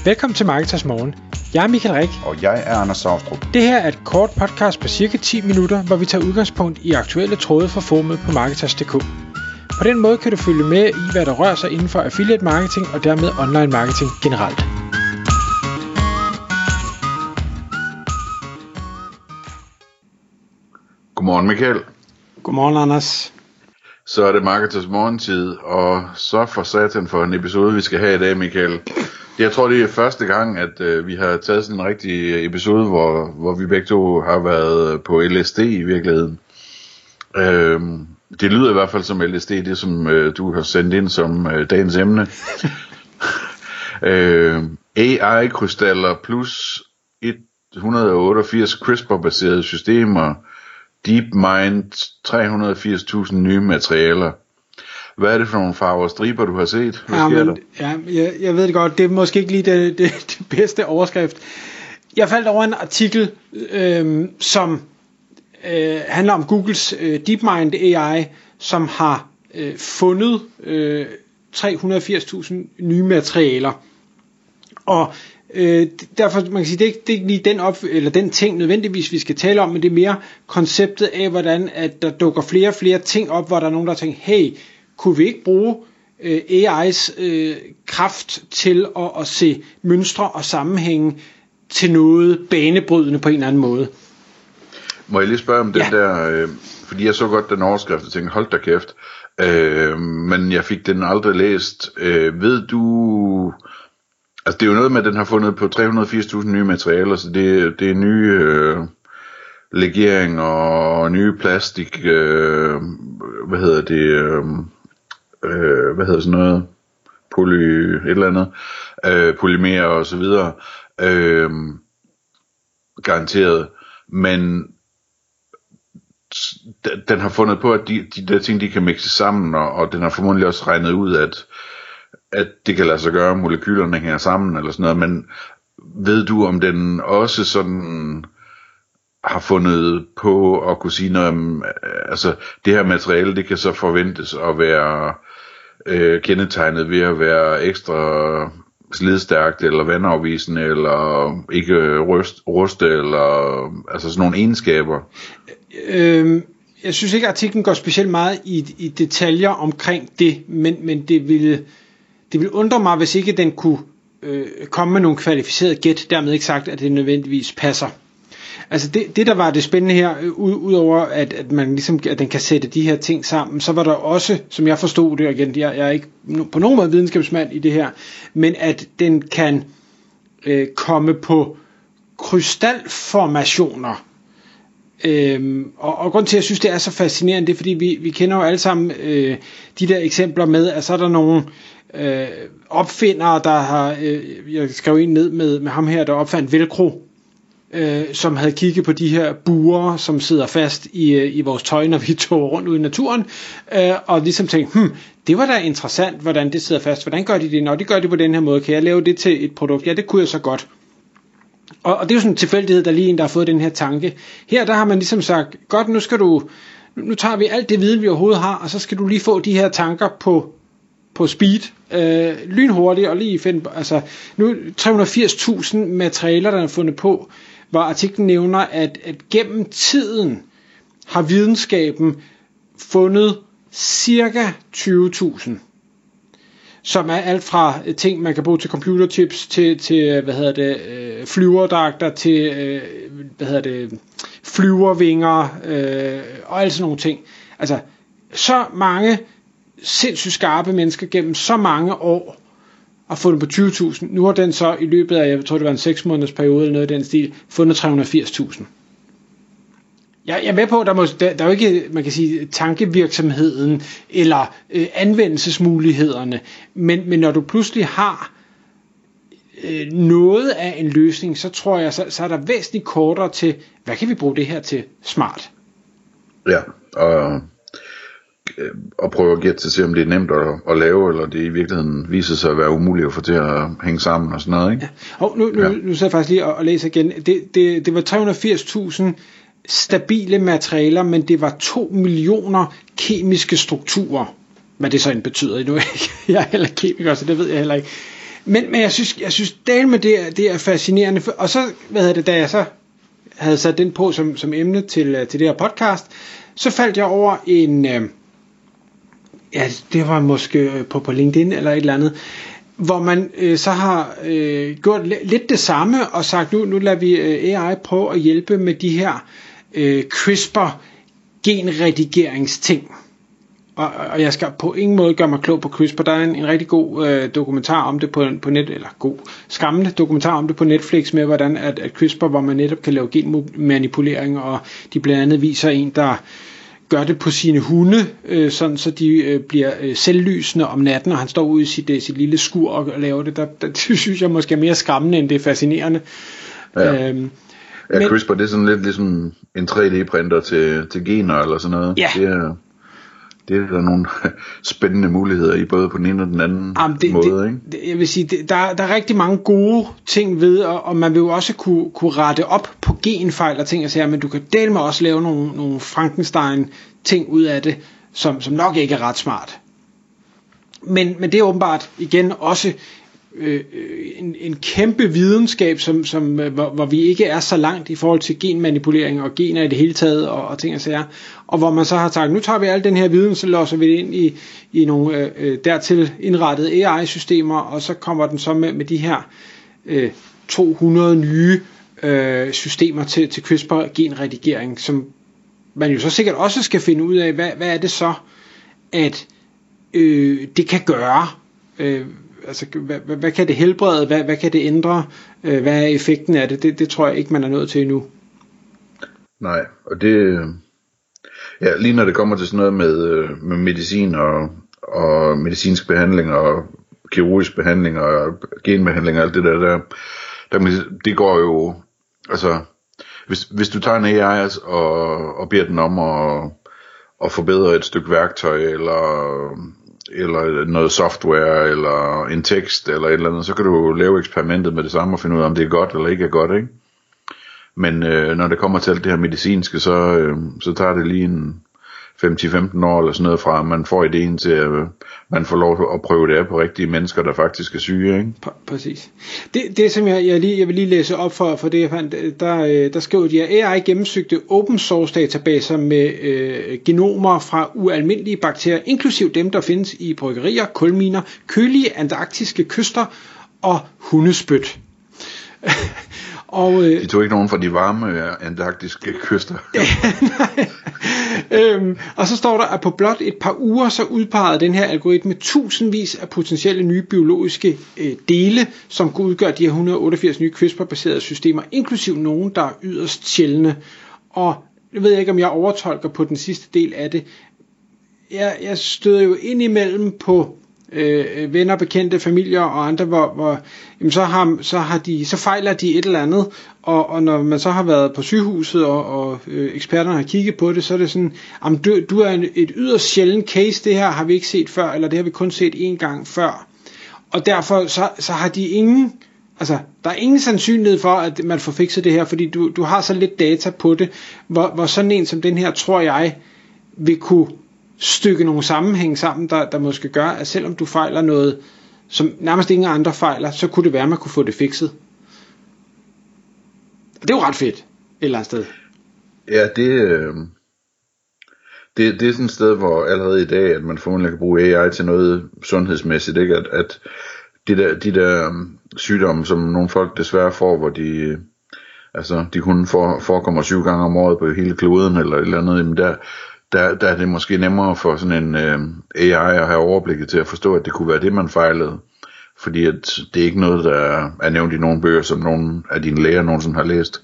Velkommen til Marketers Morgen. Jeg er Michael Rik. Og jeg er Anders Saustrup. Det her er et kort podcast på cirka 10 minutter, hvor vi tager udgangspunkt i aktuelle tråde fra forumet på Marketers.dk. På den måde kan du følge med i, hvad der rører sig inden for affiliate marketing og dermed online marketing generelt. Godmorgen Michael. Godmorgen Anders. Så er det Marketers morgentid, og så for satan for en episode, vi skal have i dag, Michael. Jeg tror, det er første gang, at vi har taget sådan en rigtig episode, hvor vi begge to har været på LSD i virkeligheden. Det lyder i hvert fald som LSD, det som du har sendt ind som dagens emne. AI-krystaller plus 188 CRISPR-baserede systemer, DeepMind 380.000 nye materialer. Hvad er det for nogle farver og striber, du har set? Jeg ved det godt. Det er måske ikke lige det bedste overskrift. Jeg faldt over en artikel, som handler om Googles DeepMind AI, som har fundet 380.000 nye materialer. Og derfor man kan sige, det er ikke lige den ting nødvendigvis vi skal tale om, men det er mere konceptet af, hvordan at der dukker flere og flere ting op, hvor der er nogen der tænker, hey, kunne vi ikke bruge AI's kraft til at se mønstre og sammenhænge til noget banebrydende på en eller anden måde? Må jeg lige spørge om den der, fordi jeg så godt den overskrift og tænkte, hold da kæft, men jeg fik den aldrig læst. Ved du, altså det er jo noget med, at den har fundet på 380.000 nye materialer, så det er nye legeringer og nye plastik, hvad hedder sådan noget, polymer og så videre, garanteret, men den har fundet på, at de der ting, de kan mixe sammen, og den har formodentlig også regnet ud, at det kan lade sig gøre, molekylerne hænger sammen, eller sådan noget, men ved du, om den også sådan har fundet på at kunne sige noget om, altså det her materiale, det kan så forventes at være kendetegnet ved at være ekstra slidstærkt, eller vandafvisende, eller ikke ruste, eller altså sådan nogle egenskaber? Jeg synes ikke, at artiklen går specielt meget i detaljer omkring det, men det vil undre mig, hvis ikke den kunne komme med nogle kvalificerede gæt, dermed ikke sagt, at det nødvendigvis passer. Altså det der var det spændende her, udover at man ligesom, at den kan sætte de her ting sammen, så var der også, som jeg forstod det, igen, jeg er ikke på nogen måde videnskabsmand i det her, men at den kan komme på krystalformationer. Og grund til at jeg synes det er så fascinerende, det er fordi vi kender jo alle sammen de der eksempler med, at så er der nogle opfindere, der har jeg skrev en ned med ham her, der opfandt Velcro, som havde kigget på de her buer, som sidder fast i vores tøj, når vi tog rundt ude i naturen, og ligesom tænkte, det var da interessant, hvordan det sidder fast. Hvordan gør de det? Når de gør det på den her måde, kan jeg lave det til et produkt? Ja, det kunne jeg så godt. Og det er jo sådan en tilfældighed, der lige en, der har fået den her tanke. Her der har man ligesom sagt, godt, nu tager vi alt det viden, vi overhovedet har, og så skal du lige få de her tanker på speed, lynhurtigt, og lige finde, altså nu 380.000 materialer, der er fundet på, hvor artiklen nævner, at gennem tiden har videnskaben fundet cirka 20.000, som er alt fra ting, man kan bruge til computerchips, til flyverdragter, til flyvervinger, og alle sådan nogle ting. Altså, så mange sindssygt skarpe mennesker gennem så mange år har fundet på 20.000. Nu har den så i løbet af, jeg tror det var en 6 måneders periode eller noget i den stil, fundet 380.000. Jeg er med på, der er jo ikke, man kan sige, tankevirksomheden eller anvendelsesmulighederne, men når du pludselig har noget af en løsning, så tror jeg, så er der væsentligt kortere til, hvad kan vi bruge det her til smart? Ja, og prøve at gætte til, se om det er nemt at lave, eller det i virkeligheden viser sig at være umuligt at få til at hænge sammen og sådan noget, ikke? Ja. Og nu sidder jeg faktisk lige og læser igen. Det var 380.000 stabile materialer, men det var 2 millioner kemiske strukturer. Hvad det så end betyder. Nu jeg er heller kemiker, så det ved jeg heller ikke. Men jeg synes del med det er fascinerende. Og så, da jeg så havde sat den på som emne til det her podcast, så faldt jeg over en, det var måske på LinkedIn eller et eller andet, hvor man så har gjort lidt det samme og sagt, nu lader vi AI prøve at hjælpe med de her CRISPR genredigeringsting. Og jeg skal på ingen måde gøre mig klog på CRISPR. Der er en rigtig god dokumentar om det på net, eller god skræmmende dokumentar om det på Netflix med, hvordan at CRISPR, hvor man netop kan lave genmanipulering, og de blandt andet viser en, der gør det på sine hunde, sådan så de bliver selvlysende om natten, og han står ude i sit lille skur og laver det. Det synes jeg måske er mere skræmmende, end det er fascinerende. Ja. Men CRISPR, det er sådan lidt ligesom en 3D-printer til gener eller sådan noget. Ja. Det er der nogle spændende muligheder i, både på den ene og den anden måde. Ikke? Jeg vil sige, der er rigtig mange gode ting ved, og man vil jo også kunne rette op på genfejl og ting og sager, men du kan dele med også lave nogle Frankenstein-ting ud af det, som nok ikke er ret smart. Men det er åbenbart igen også en kæmpe videnskab, hvor vi ikke er så langt i forhold til genmanipulering og gener i det hele taget og ting og sager, og hvor man så har sagt, nu tager vi al den her viden, så låser vi det ind i nogle dertil indrettede AI-systemer, og så kommer den så med de her 200 nye systemer til CRISPR-genredigering, som man jo så sikkert også skal finde ud af, hvad er det så, at det kan gøre. Altså, hvad kan det helbrede, hvad kan det ændre, hvad er effekten af det? Det tror jeg ikke, man er nået til endnu. Nej, og det, lige når det kommer til sådan noget med medicin og medicinsk behandling og kirurgisk behandling og genbehandling og alt det der det går jo, altså, hvis du tager en AI og beder den om at forbedre et stykke værktøj eller noget software, eller en tekst, eller et eller andet, så kan du lave eksperimentet med det samme og finde ud af, om det er godt eller ikke er godt, ikke? Men når det kommer til alt det her medicinske, så tager det lige en 5-10-15 år eller sådan noget fra, at man får ideen til, at man får lov at prøve det af på rigtige mennesker, der faktisk er syge, ikke? Præcis. Det som jeg vil lige læse op for det, jeg fandt, der skriver de, at AI gennemsøgte open source databaser med genomer fra ualmindelige bakterier, inklusiv dem, der findes i bryggerier, kulminer, kølige antarktiske kyster og hundespyt. De tog ikke nogen fra de varme antarktiske kyster. Og så står der, at på blot et par uger, så udpegede den her algoritme tusindvis af potentielle nye biologiske dele, som kunne udgøre de her 188 nye CRISPR-baserede systemer, inklusiv nogen, der er yderst sjældne. Og jeg ved ikke, om jeg overtolker på den sidste del af det. Jeg støder jo ind imellem på venner, bekendte, familier og andre, hvor jamen så fejler de et eller andet, og når man så har været på sygehuset, og eksperterne har kigget på det, så er det sådan, jamen du er et yderst sjældent case, det her har vi ikke set før, eller det har vi kun set én gang før, og derfor så har de ingen, altså der er ingen sandsynlighed for, at man får fikset det her, fordi du har så lidt data på det, hvor sådan en som den her, tror jeg, vil kunne stykke nogle sammenhæng sammen, der måske gør, at selvom du fejler noget, som nærmest ingen andre fejler, så kunne det være, at man kunne få det fikset. Og det er jo ret fedt, et eller andet sted. Ja, det er sådan et sted, hvor allerede i dag, at man formentlig kan bruge AI til noget sundhedsmæssigt, ikke? At de der sygdomme, som nogle folk desværre får, hvor de kun forekommer 7 gange om året på hele kloden, eller et eller andet, jamen der er det måske nemmere for sådan en AI at have overblikket til at forstå, at det kunne være det, man fejlede. Fordi at det er ikke noget, der er nævnt i nogle bøger, som nogle af dine læger nogensinde har læst.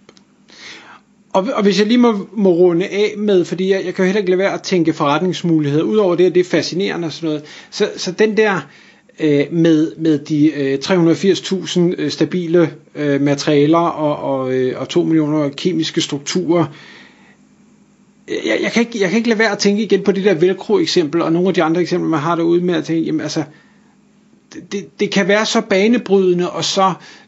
Og hvis jeg lige må runde af med, fordi jeg kan jo heller ikke lade være at tænke forretningsmuligheder. Udover det er fascinerende og sådan noget. Så den der med de 380.000 stabile materialer og 2 millioner kemiske strukturer, jeg kan ikke lade være at tænke igen på det der Velcro-eksempel, og nogle af de andre eksempler, man har derude med at tænke, jamen altså, det kan være så banebrydende, og så,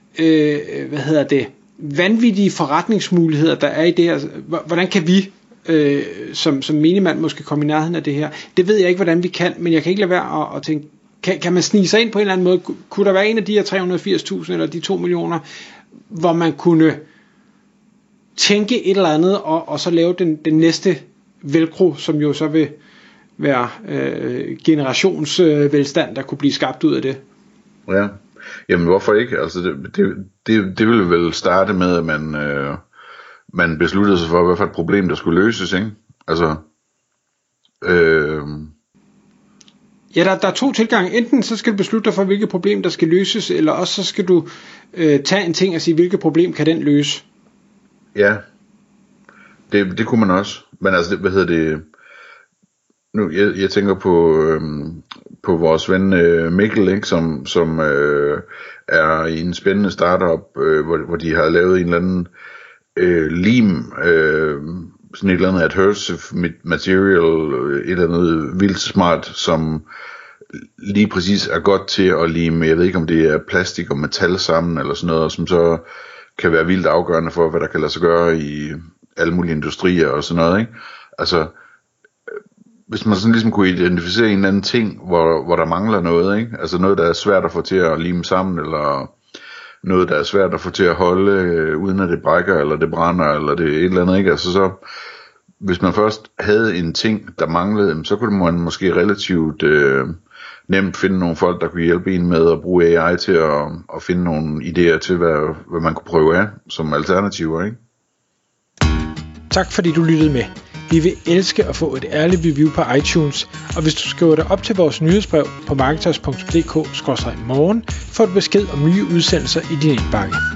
vanvittige forretningsmuligheder, der er i det her. Hvordan kan vi, som menigmand, måske komme i nærheden af det her? Det ved jeg ikke, hvordan vi kan, men jeg kan ikke lade være at tænke, kan man snige sig ind på en eller anden måde? Kunne der være en af de her 380.000 eller de 2 millioner, hvor man kunne tænke et eller andet, og så lave den næste Velcro, som jo så vil være generationsvelstand, der kunne blive skabt ud af det? Ja, jamen hvorfor ikke? Altså det ville vel starte med, at man besluttede sig for, hvad for et problem der skulle løses, ikke? Altså ja, der er 2 tilgange. Enten så skal du beslutte dig for, hvilket problem der skal løses, eller også så skal du tage en ting og sige, hvilket problem kan den løse. Ja, det kunne man også. Men altså, hvad hedder det? Nu, jeg tænker på vores ven Mikkel, ikke, som er i en spændende startup, hvor de har lavet en eller anden lim, sådan et eller andet adhesive material, et eller andet vildt smart, som lige præcis er godt til at lime, jeg ved ikke om det er plastik og metal sammen eller sådan noget, og som så kan være vildt afgørende for, hvad der kan lade sig gøre i alle mulige industrier og sådan noget, ikke? Altså, hvis man sådan ligesom kunne identificere en eller anden ting, hvor der mangler noget, ikke? Altså noget, der er svært at få til at lime sammen, eller noget, der er svært at få til at holde, uden at det brækker, eller det brænder, eller det et eller andet, ikke? Altså så, hvis man først havde en ting, der manglede, så kunne man måske relativt nemt finde nogle folk, der kunne hjælpe en med at bruge AI til at finde nogle idéer til, hvad man kunne prøve af som alternativer, ikke? Tak fordi du lyttede med. Vi vil elske at få et ærligt review på iTunes, og hvis du skriver dig op til vores nyhedsbrev på marketers.dk/morgen, får du besked om nye udsendelser i din indbakke.